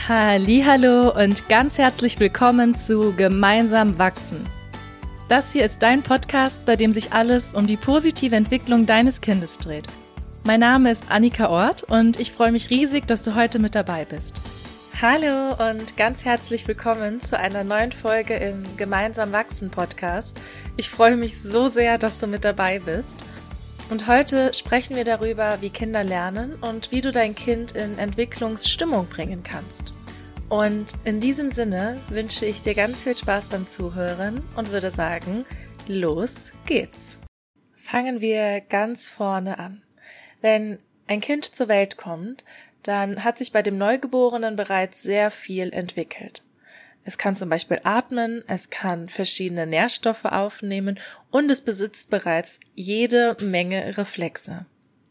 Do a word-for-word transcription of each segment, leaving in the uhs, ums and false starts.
Hallihallo und ganz herzlich willkommen zu Gemeinsam wachsen. Das hier ist dein Podcast, bei dem sich alles um die positive Entwicklung deines Kindes dreht. Mein Name ist Annika Ort und ich freue mich riesig, dass du heute mit dabei bist. Hallo und ganz herzlich willkommen zu einer neuen Folge im Gemeinsam wachsen Podcast. Ich freue mich so sehr, dass du mit dabei bist. Und heute sprechen wir darüber, wie Kinder lernen und wie du dein Kind in Entwicklungsstimmung bringen kannst. Und in diesem Sinne wünsche ich dir ganz viel Spaß beim Zuhören und würde sagen, los geht's. Fangen wir ganz vorne an. Wenn ein Kind zur Welt kommt, dann hat sich bei dem Neugeborenen bereits sehr viel entwickelt. Es kann zum Beispiel atmen, es kann verschiedene Nährstoffe aufnehmen und es besitzt bereits jede Menge Reflexe.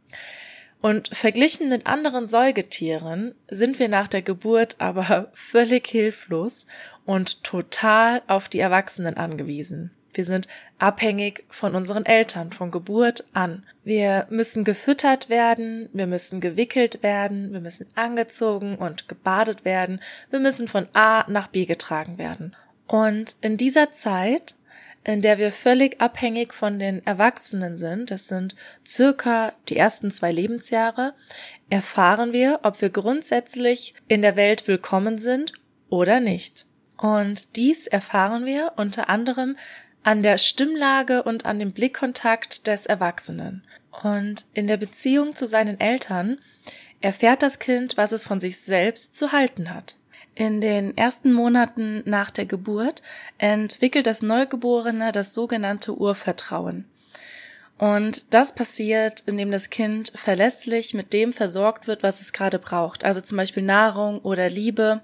Und verglichen mit anderen Säugetieren sind wir nach der Geburt aber völlig hilflos und total auf die Erwachsenen angewiesen. Wir sind abhängig von unseren Eltern, von Geburt an. Wir müssen gefüttert werden, wir müssen gewickelt werden, wir müssen angezogen und gebadet werden, wir müssen von A nach B getragen werden. Und in dieser Zeit, in der wir völlig abhängig von den Erwachsenen sind, das sind circa die ersten zwei Lebensjahre, erfahren wir, ob wir grundsätzlich in der Welt willkommen sind oder nicht. Und dies erfahren wir unter anderem an der Stimmlage und an dem Blickkontakt des Erwachsenen. Und in der Beziehung zu seinen Eltern erfährt das Kind, was es von sich selbst zu halten hat. In den ersten Monaten nach der Geburt entwickelt das Neugeborene das sogenannte Urvertrauen. Und das passiert, indem das Kind verlässlich mit dem versorgt wird, was es gerade braucht. Also zum Beispiel Nahrung oder Liebe.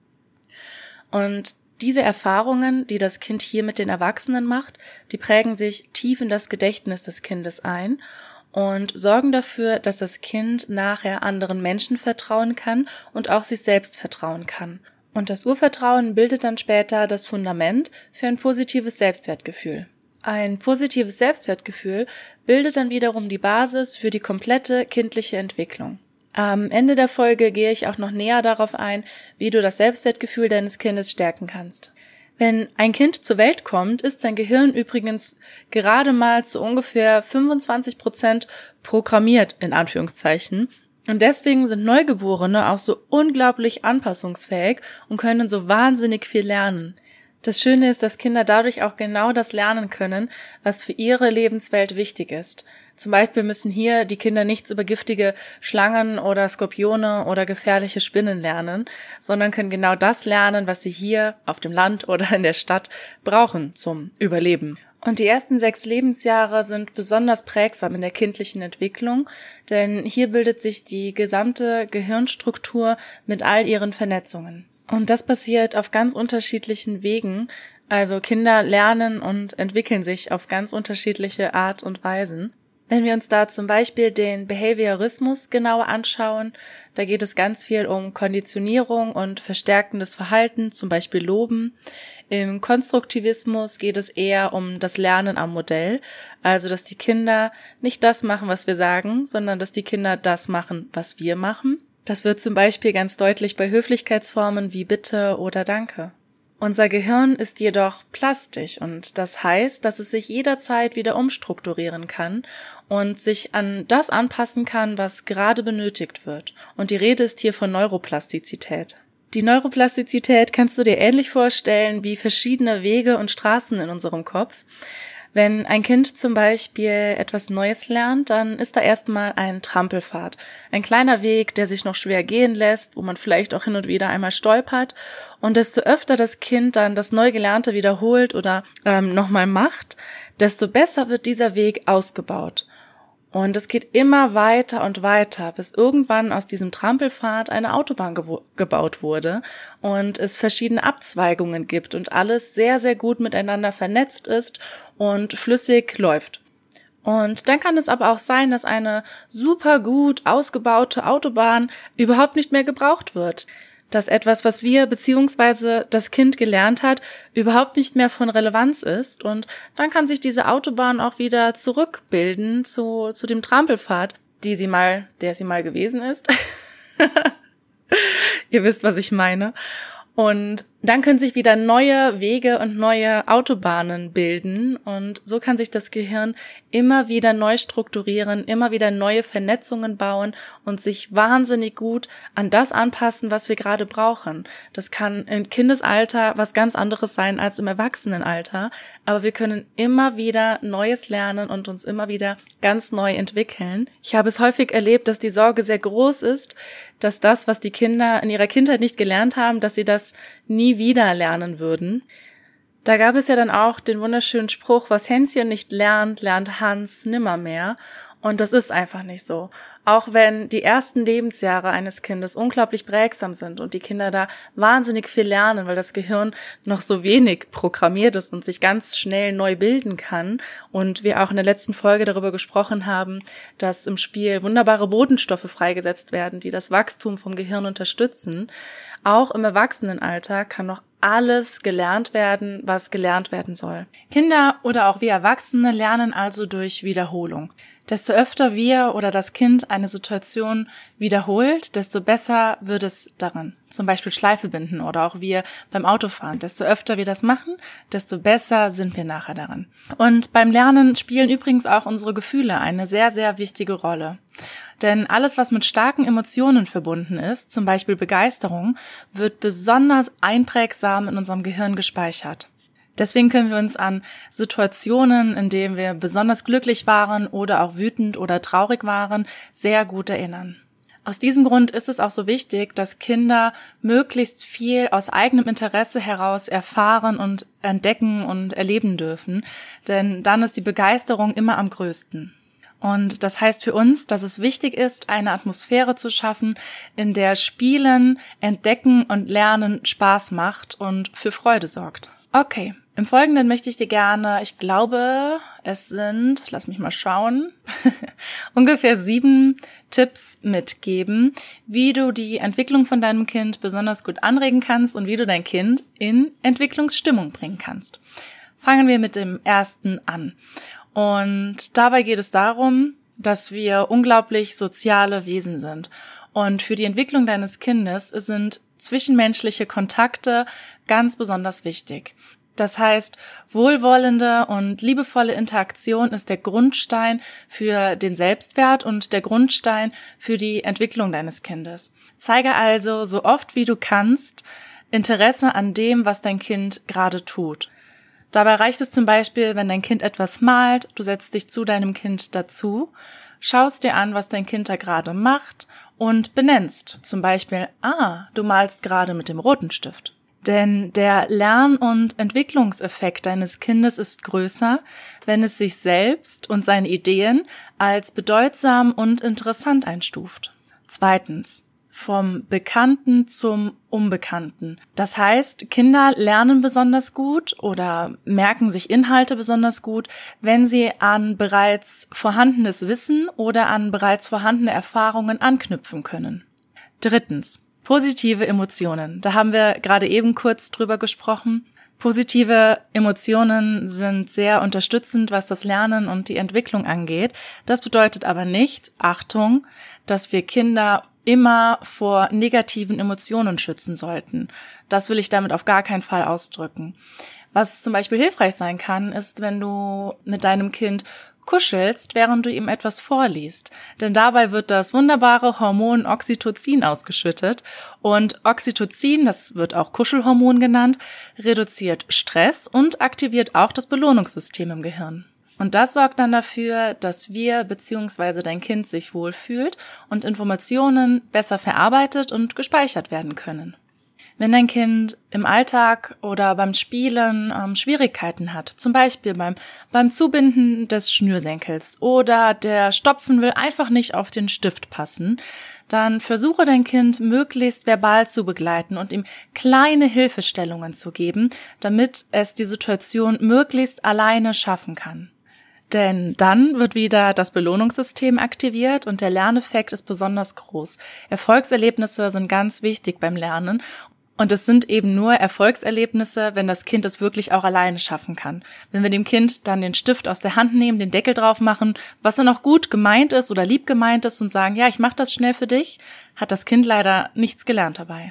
Und diese Erfahrungen, die das Kind hier mit den Erwachsenen macht, die prägen sich tief in das Gedächtnis des Kindes ein und sorgen dafür, dass das Kind nachher anderen Menschen vertrauen kann und auch sich selbst vertrauen kann. Und das Urvertrauen bildet dann später das Fundament für ein positives Selbstwertgefühl. Ein positives Selbstwertgefühl bildet dann wiederum die Basis für die komplette kindliche Entwicklung. Am Ende der Folge gehe ich auch noch näher darauf ein, wie du das Selbstwertgefühl deines Kindes stärken kannst. Wenn ein Kind zur Welt kommt, ist sein Gehirn übrigens gerade mal zu ungefähr fünfundzwanzig Prozent programmiert, in Anführungszeichen. Und deswegen sind Neugeborene auch so unglaublich anpassungsfähig und können so wahnsinnig viel lernen. Das Schöne ist, dass Kinder dadurch auch genau das lernen können, was für ihre Lebenswelt wichtig ist. Zum Beispiel müssen hier die Kinder nichts über giftige Schlangen oder Skorpione oder gefährliche Spinnen lernen, sondern können genau das lernen, was sie hier auf dem Land oder in der Stadt brauchen zum Überleben. Und die ersten sechs Lebensjahre sind besonders prägsam in der kindlichen Entwicklung, denn hier bildet sich die gesamte Gehirnstruktur mit all ihren Vernetzungen. Und das passiert auf ganz unterschiedlichen Wegen. Also Kinder lernen und entwickeln sich auf ganz unterschiedliche Art und Weisen. Wenn wir uns da zum Beispiel den Behaviorismus genauer anschauen, da geht es ganz viel um Konditionierung und verstärkendes Verhalten, zum Beispiel Loben. Im Konstruktivismus geht es eher um das Lernen am Modell, also dass die Kinder nicht das machen, was wir sagen, sondern dass die Kinder das machen, was wir machen. Das wird zum Beispiel ganz deutlich bei Höflichkeitsformen wie Bitte oder Danke. Unser Gehirn ist jedoch plastisch und das heißt, dass es sich jederzeit wieder umstrukturieren kann und sich an das anpassen kann, was gerade benötigt wird. Und die Rede ist hier von Neuroplastizität. Die Neuroplastizität kannst du dir ähnlich vorstellen wie verschiedene Wege und Straßen in unserem Kopf. Wenn ein Kind zum Beispiel etwas Neues lernt, dann ist da erstmal ein Trampelpfad. Ein kleiner Weg, der sich noch schwer gehen lässt, wo man vielleicht auch hin und wieder einmal stolpert. Und desto öfter das Kind dann das Neugelernte wiederholt oder ähm, nochmal macht, desto besser wird dieser Weg ausgebaut. Und es geht immer weiter und weiter, bis irgendwann aus diesem Trampelpfad eine Autobahn gewo- gebaut wurde und es verschiedene Abzweigungen gibt und alles sehr, sehr gut miteinander vernetzt ist und flüssig läuft. Und dann kann es aber auch sein, dass eine super gut ausgebaute Autobahn überhaupt nicht mehr gebraucht wird. Dass etwas, was wir bzw. das Kind gelernt hat, überhaupt nicht mehr von Relevanz ist. Und dann kann sich diese Autobahn auch wieder zurückbilden zu, zu dem Trampelpfad, die sie mal, der sie mal gewesen ist. Ihr wisst, was ich meine. Und dann können sich wieder neue Wege und neue Autobahnen bilden und so kann sich das Gehirn immer wieder neu strukturieren, immer wieder neue Vernetzungen bauen und sich wahnsinnig gut an das anpassen, was wir gerade brauchen. Das kann im Kindesalter was ganz anderes sein als im Erwachsenenalter, aber wir können immer wieder Neues lernen und uns immer wieder ganz neu entwickeln. Ich habe es häufig erlebt, dass die Sorge sehr groß ist, dass das, was die Kinder in ihrer Kindheit nicht gelernt haben, dass sie das nie wieder lernen würden. Da gab es ja dann auch den wunderschönen Spruch, was Hänschen nicht lernt, lernt Hans nimmermehr. Und das ist einfach nicht so. Auch wenn die ersten Lebensjahre eines Kindes unglaublich prägsam sind und die Kinder da wahnsinnig viel lernen, weil das Gehirn noch so wenig programmiert ist und sich ganz schnell neu bilden kann und wir auch in der letzten Folge darüber gesprochen haben, dass im Spiel wunderbare Botenstoffe freigesetzt werden, die das Wachstum vom Gehirn unterstützen. Auch im Erwachsenenalter kann noch alles gelernt werden, was gelernt werden soll. Kinder oder auch wir Erwachsene lernen also durch Wiederholung. Desto öfter wir oder das Kind eine Situation wiederholt, desto besser wird es darin. Zum Beispiel Schleife binden oder auch wir beim Autofahren. Desto öfter wir das machen, desto besser sind wir nachher darin. Und beim Lernen spielen übrigens auch unsere Gefühle eine sehr, sehr wichtige Rolle. Denn alles, was mit starken Emotionen verbunden ist, zum Beispiel Begeisterung, wird besonders einprägsam in unserem Gehirn gespeichert. Deswegen können wir uns an Situationen, in denen wir besonders glücklich waren oder auch wütend oder traurig waren, sehr gut erinnern. Aus diesem Grund ist es auch so wichtig, dass Kinder möglichst viel aus eigenem Interesse heraus erfahren und entdecken und erleben dürfen, denn dann ist die Begeisterung immer am größten. Und das heißt für uns, dass es wichtig ist, eine Atmosphäre zu schaffen, in der Spielen, Entdecken und Lernen Spaß macht und für Freude sorgt. Okay. Im Folgenden möchte ich dir gerne, ich glaube, es sind, lass mich mal schauen, ungefähr sieben Tipps mitgeben, wie du die Entwicklung von deinem Kind besonders gut anregen kannst und wie du dein Kind in Entwicklungsstimmung bringen kannst. Fangen wir mit dem ersten an. Und dabei geht es darum, dass wir unglaublich soziale Wesen sind. Und für die Entwicklung deines Kindes sind zwischenmenschliche Kontakte ganz besonders wichtig. Das heißt, wohlwollende und liebevolle Interaktion ist der Grundstein für den Selbstwert und der Grundstein für die Entwicklung deines Kindes. Zeige also so oft wie du kannst Interesse an dem, was dein Kind gerade tut. Dabei reicht es zum Beispiel, wenn dein Kind etwas malt, du setzt dich zu deinem Kind dazu, schaust dir an, was dein Kind da gerade macht und benennst. Zum Beispiel, ah, du malst gerade mit dem roten Stift. Denn der Lern- und Entwicklungseffekt deines Kindes ist größer, wenn es sich selbst und seine Ideen als bedeutsam und interessant einstuft. Zweitens, vom Bekannten zum Unbekannten. Das heißt, Kinder lernen besonders gut oder merken sich Inhalte besonders gut, wenn sie an bereits vorhandenes Wissen oder an bereits vorhandene Erfahrungen anknüpfen können. Drittens, positive Emotionen. Da haben wir gerade eben kurz drüber gesprochen. Positive Emotionen sind sehr unterstützend, was das Lernen und die Entwicklung angeht. Das bedeutet aber nicht, Achtung, dass wir Kinder immer vor negativen Emotionen schützen sollten. Das will ich damit auf gar keinen Fall ausdrücken. Was zum Beispiel hilfreich sein kann, ist, wenn du mit deinem Kind kuschelst, während du ihm etwas vorliest. Denn dabei wird das wunderbare Hormon Oxytocin ausgeschüttet. Und Oxytocin, das wird auch Kuschelhormon genannt, reduziert Stress und aktiviert auch das Belohnungssystem im Gehirn. Und das sorgt dann dafür, dass wir bzw. dein Kind sich wohlfühlt und Informationen besser verarbeitet und gespeichert werden können. Wenn dein Kind im Alltag oder beim Spielen ähm, Schwierigkeiten hat, zum Beispiel beim, beim Zubinden des Schnürsenkels oder der Stopfen will einfach nicht auf den Stift passen, dann versuche dein Kind möglichst verbal zu begleiten und ihm kleine Hilfestellungen zu geben, damit es die Situation möglichst alleine schaffen kann. Denn dann wird wieder das Belohnungssystem aktiviert und der Lerneffekt ist besonders groß. Erfolgserlebnisse sind ganz wichtig beim Lernen. Und es sind eben nur Erfolgserlebnisse, wenn das Kind es wirklich auch alleine schaffen kann. Wenn wir dem Kind dann den Stift aus der Hand nehmen, den Deckel drauf machen, was dann auch gut gemeint ist oder lieb gemeint ist und sagen, ja, ich mache das schnell für dich, hat das Kind leider nichts gelernt dabei.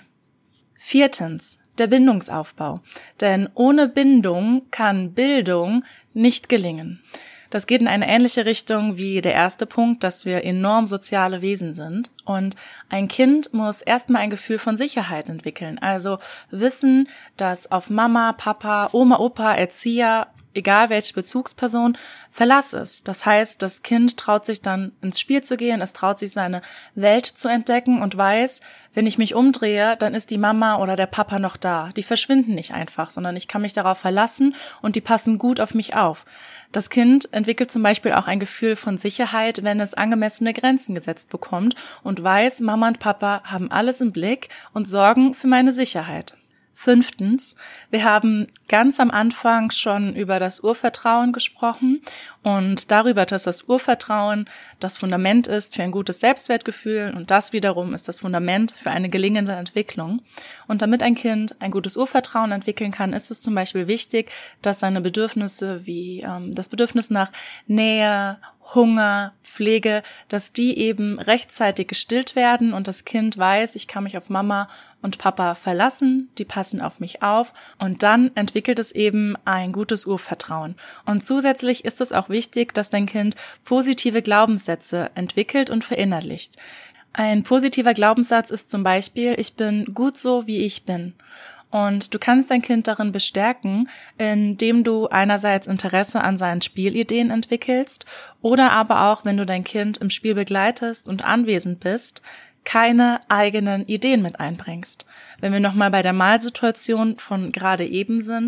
Viertens, der Bindungsaufbau. Denn ohne Bindung kann Bildung nicht gelingen. Das geht in eine ähnliche Richtung wie der erste Punkt, dass wir enorm soziale Wesen sind. Und ein Kind muss erstmal ein Gefühl von Sicherheit entwickeln. Also wissen, dass auf Mama, Papa, Oma, Opa, Erzieher, egal welche Bezugsperson, Verlass ist. Das heißt, das Kind traut sich dann ins Spiel zu gehen, es traut sich seine Welt zu entdecken und weiß, wenn ich mich umdrehe, dann ist die Mama oder der Papa noch da. Die verschwinden nicht einfach, sondern ich kann mich darauf verlassen und die passen gut auf mich auf. Das Kind entwickelt zum Beispiel auch ein Gefühl von Sicherheit, wenn es angemessene Grenzen gesetzt bekommt und weiß, Mama und Papa haben alles im Blick und sorgen für meine Sicherheit. Fünftens, wir haben ganz am Anfang schon über das Urvertrauen gesprochen und darüber, dass das Urvertrauen das Fundament ist für ein gutes Selbstwertgefühl und das wiederum ist das Fundament für eine gelingende Entwicklung. Und damit ein Kind ein gutes Urvertrauen entwickeln kann, ist es zum Beispiel wichtig, dass seine Bedürfnisse wie ähm, das Bedürfnis nach Nähe, Hunger, Pflege, dass die eben rechtzeitig gestillt werden und das Kind weiß, ich kann mich auf Mama und Papa verlassen, die passen auf mich auf und dann entwickelt es eben ein gutes Urvertrauen. Und zusätzlich ist es auch wichtig, dass dein Kind positive Glaubenssätze entwickelt und verinnerlicht. Ein positiver Glaubenssatz ist zum Beispiel, ich bin gut so, wie ich bin. Und du kannst dein Kind darin bestärken, indem du einerseits Interesse an seinen Spielideen entwickelst oder aber auch, wenn du dein Kind im Spiel begleitest und anwesend bist, keine eigenen Ideen mit einbringst. Wenn wir nochmal bei der Malsituation von gerade eben sind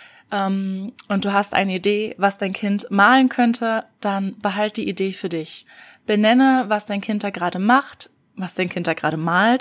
ähm, und du hast eine Idee, was dein Kind malen könnte, dann behalt die Idee für dich. Benenne, was dein Kind da gerade macht, was dein Kind da gerade malt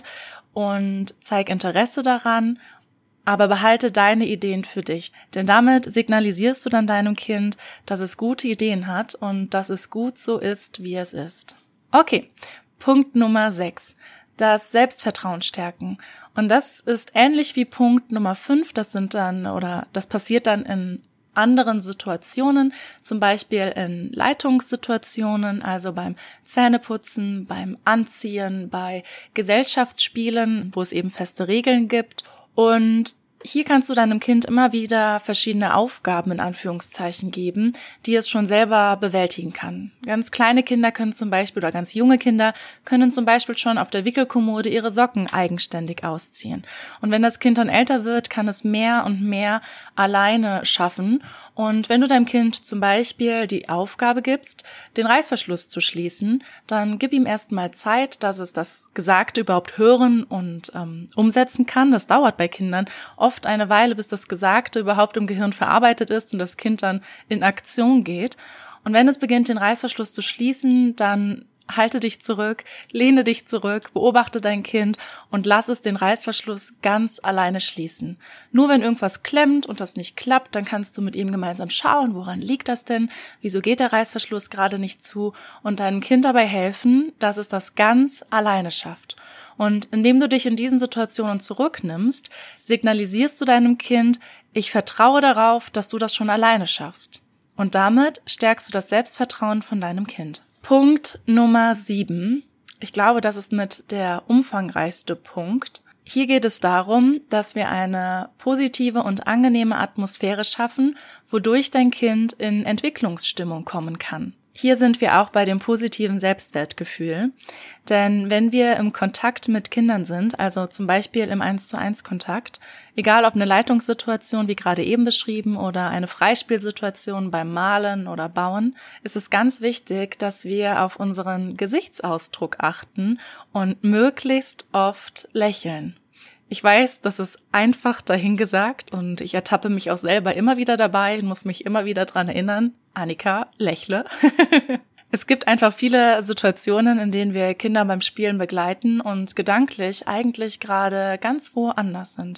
und zeig Interesse daran. Aber behalte deine Ideen für dich, denn damit signalisierst du dann deinem Kind, dass es gute Ideen hat und dass es gut so ist, wie es ist. Okay, Punkt Nummer sechs, das Selbstvertrauen stärken. Und das ist ähnlich wie Punkt Nummer fünf, das sind dann oder das passiert dann in anderen Situationen, zum Beispiel in Leitungssituationen, also beim Zähneputzen, beim Anziehen, bei Gesellschaftsspielen, wo es eben feste Regeln gibt. Und hier kannst du deinem Kind immer wieder verschiedene Aufgaben in Anführungszeichen geben, die es schon selber bewältigen kann. Ganz kleine Kinder können zum Beispiel oder ganz junge Kinder können zum Beispiel schon auf der Wickelkommode ihre Socken eigenständig ausziehen. Und wenn das Kind dann älter wird, kann es mehr und mehr alleine schaffen. Und wenn du deinem Kind zum Beispiel die Aufgabe gibst, den Reißverschluss zu schließen, dann gib ihm erstmal Zeit, dass es das Gesagte überhaupt hören und ähm, umsetzen kann. Das dauert bei Kindern oft eine Weile, bis das Gesagte überhaupt im Gehirn verarbeitet ist und das Kind dann in Aktion geht. Und wenn es beginnt, den Reißverschluss zu schließen, dann halte dich zurück, lehne dich zurück, beobachte dein Kind und lass es den Reißverschluss ganz alleine schließen. Nur wenn irgendwas klemmt und das nicht klappt, dann kannst du mit ihm gemeinsam schauen, woran liegt das denn? Wieso geht der Reißverschluss gerade nicht zu? Und deinem Kind dabei helfen, dass es das ganz alleine schafft. Und indem du dich in diesen Situationen zurücknimmst, signalisierst du deinem Kind, ich vertraue darauf, dass du das schon alleine schaffst. Und damit stärkst du das Selbstvertrauen von deinem Kind. Punkt Nummer sieben. Ich glaube, das ist mit der umfangreichste Punkt. Hier geht es darum, dass wir eine positive und angenehme Atmosphäre schaffen, wodurch dein Kind in Entwicklungsstimmung kommen kann. Hier sind wir auch bei dem positiven Selbstwertgefühl, denn wenn wir im Kontakt mit Kindern sind, also zum Beispiel im eins zu eins Kontakt, egal ob eine Leitungssituation wie gerade eben beschrieben oder eine Freispielsituation beim Malen oder Bauen, ist es ganz wichtig, dass wir auf unseren Gesichtsausdruck achten und möglichst oft lächeln. Ich weiß, das ist einfach dahingesagt und ich ertappe mich auch selber immer wieder dabei und muss mich immer wieder dran erinnern. Annika, lächle. Es gibt einfach viele Situationen, in denen wir Kinder beim Spielen begleiten und gedanklich eigentlich gerade ganz woanders sind.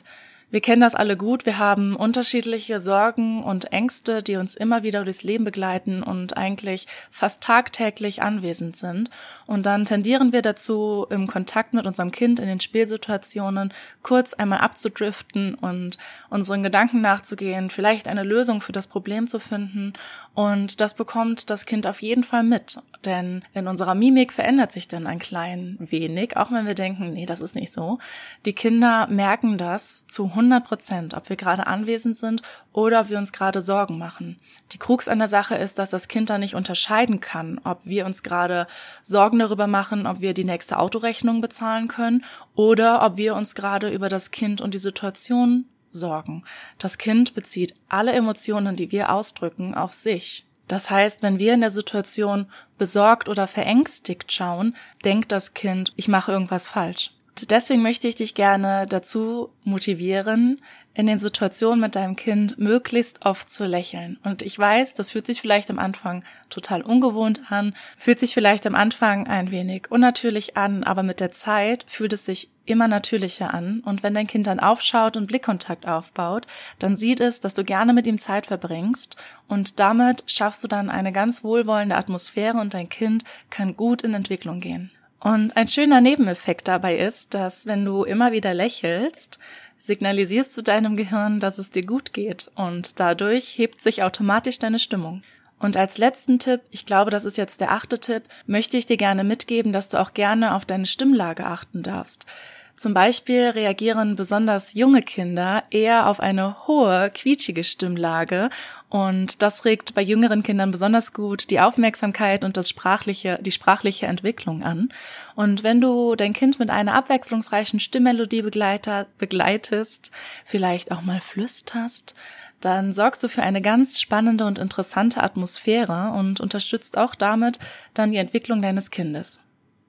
Wir kennen das alle gut, wir haben unterschiedliche Sorgen und Ängste, die uns immer wieder durchs Leben begleiten und eigentlich fast tagtäglich anwesend sind. Und dann tendieren wir dazu, im Kontakt mit unserem Kind in den Spielsituationen kurz einmal abzudriften und unseren Gedanken nachzugehen, vielleicht eine Lösung für das Problem zu finden. Und das bekommt das Kind auf jeden Fall mit, denn in unserer Mimik verändert sich dann ein klein wenig, auch wenn wir denken, nee, das ist nicht so. Die Kinder merken das zu hundert Prozent, ob wir gerade anwesend sind oder ob wir uns gerade Sorgen machen. Die Krux an der Sache ist, dass das Kind da nicht unterscheiden kann, ob wir uns gerade Sorgen darüber machen, ob wir die nächste Autorechnung bezahlen können oder ob wir uns gerade über das Kind und die Situation sorgen. Das Kind bezieht alle Emotionen, die wir ausdrücken, auf sich. Das heißt, wenn wir in der Situation besorgt oder verängstigt schauen, denkt das Kind, ich mache irgendwas falsch. Deswegen möchte ich dich gerne dazu motivieren, in den Situationen mit deinem Kind möglichst oft zu lächeln. Und ich weiß, das fühlt sich vielleicht am Anfang total ungewohnt an, fühlt sich vielleicht am Anfang ein wenig unnatürlich an, aber mit der Zeit fühlt es sich immer natürlicher an. Und wenn dein Kind dann aufschaut und Blickkontakt aufbaut, dann sieht es, dass du gerne mit ihm Zeit verbringst und damit schaffst du dann eine ganz wohlwollende Atmosphäre und dein Kind kann gut in Entwicklung gehen. Und ein schöner Nebeneffekt dabei ist, dass wenn du immer wieder lächelst, signalisierst du deinem Gehirn, dass es dir gut geht und dadurch hebt sich automatisch deine Stimmung. Und als letzten Tipp, ich glaube, das ist jetzt der achte Tipp, möchte ich dir gerne mitgeben, dass du auch gerne auf deine Stimmlage achten darfst. Zum Beispiel reagieren besonders junge Kinder eher auf eine hohe, quietschige Stimmlage und das regt bei jüngeren Kindern besonders gut die Aufmerksamkeit und das sprachliche, die sprachliche Entwicklung an. Und wenn du dein Kind mit einer abwechslungsreichen Stimmmelodie begleiter, begleitest, vielleicht auch mal flüsterst, dann sorgst du für eine ganz spannende und interessante Atmosphäre und unterstützt auch damit dann die Entwicklung deines Kindes.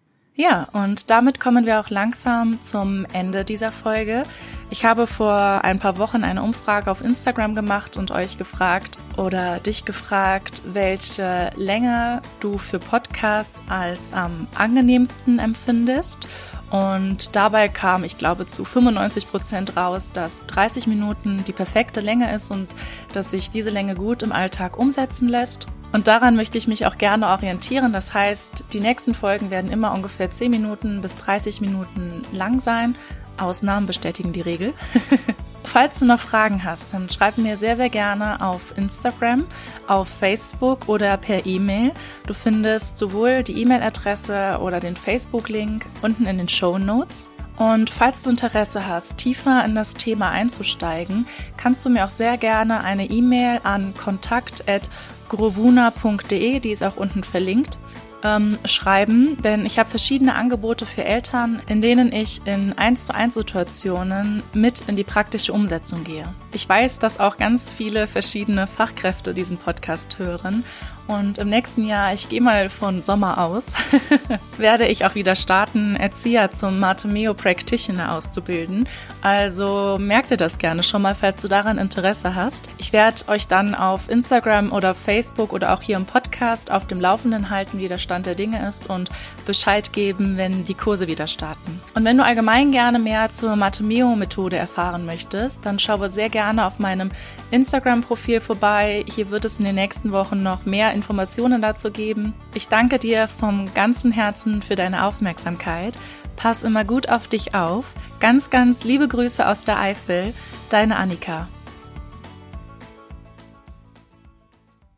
Ja, und damit kommen wir auch langsam zum Ende dieser Folge. Ich habe vor ein paar Wochen eine Umfrage auf Instagram gemacht und euch gefragt oder dich gefragt, welche Länge du für Podcasts als am angenehmsten empfindest. Und dabei kam, ich glaube, zu fünfundneunzig Prozent raus, dass dreißig Minuten die perfekte Länge ist und dass sich diese Länge gut im Alltag umsetzen lässt. Und daran möchte ich mich auch gerne orientieren. Das heißt, die nächsten Folgen werden immer ungefähr zehn Minuten bis dreißig Minuten lang sein. Ausnahmen bestätigen die Regel. Falls du noch Fragen hast, dann schreib mir sehr, sehr gerne auf Instagram, auf Facebook oder per E-Mail. Du findest sowohl die E-Mail-Adresse oder den Facebook-Link unten in den Shownotes. Und falls du Interesse hast, tiefer in das Thema einzusteigen, kannst du mir auch sehr gerne eine E-Mail an kontakt at grovuna punkt de, die ist auch unten verlinkt, ähm, schreiben, denn ich habe verschiedene Angebote für Eltern, in denen ich in eins zu eins Situationen mit in die praktische Umsetzung gehe. Ich weiß, dass auch ganz viele verschiedene Fachkräfte diesen Podcast hören und im nächsten Jahr, ich gehe mal von Sommer aus, werde ich auch wieder starten, Erzieher zum Marte-Meo Practitioner auszubilden. Also merkt ihr das gerne schon mal, falls du daran Interesse hast. Ich werde euch dann auf Instagram oder Facebook oder auch hier im Podcast auf dem Laufenden halten, wie der Stand der Dinge ist und Bescheid geben, wenn die Kurse wieder starten. Und wenn du allgemein gerne mehr zur Marte-Meo-Methode erfahren möchtest, dann schaue sehr gerne auf meinem Instagram-Profil vorbei. Hier wird es in den nächsten Wochen noch mehr Informationen dazu geben. Ich danke dir vom ganzen Herzen für deine Aufmerksamkeit. Pass immer gut auf dich auf. Ganz, ganz liebe Grüße aus der Eifel. Deine Annika.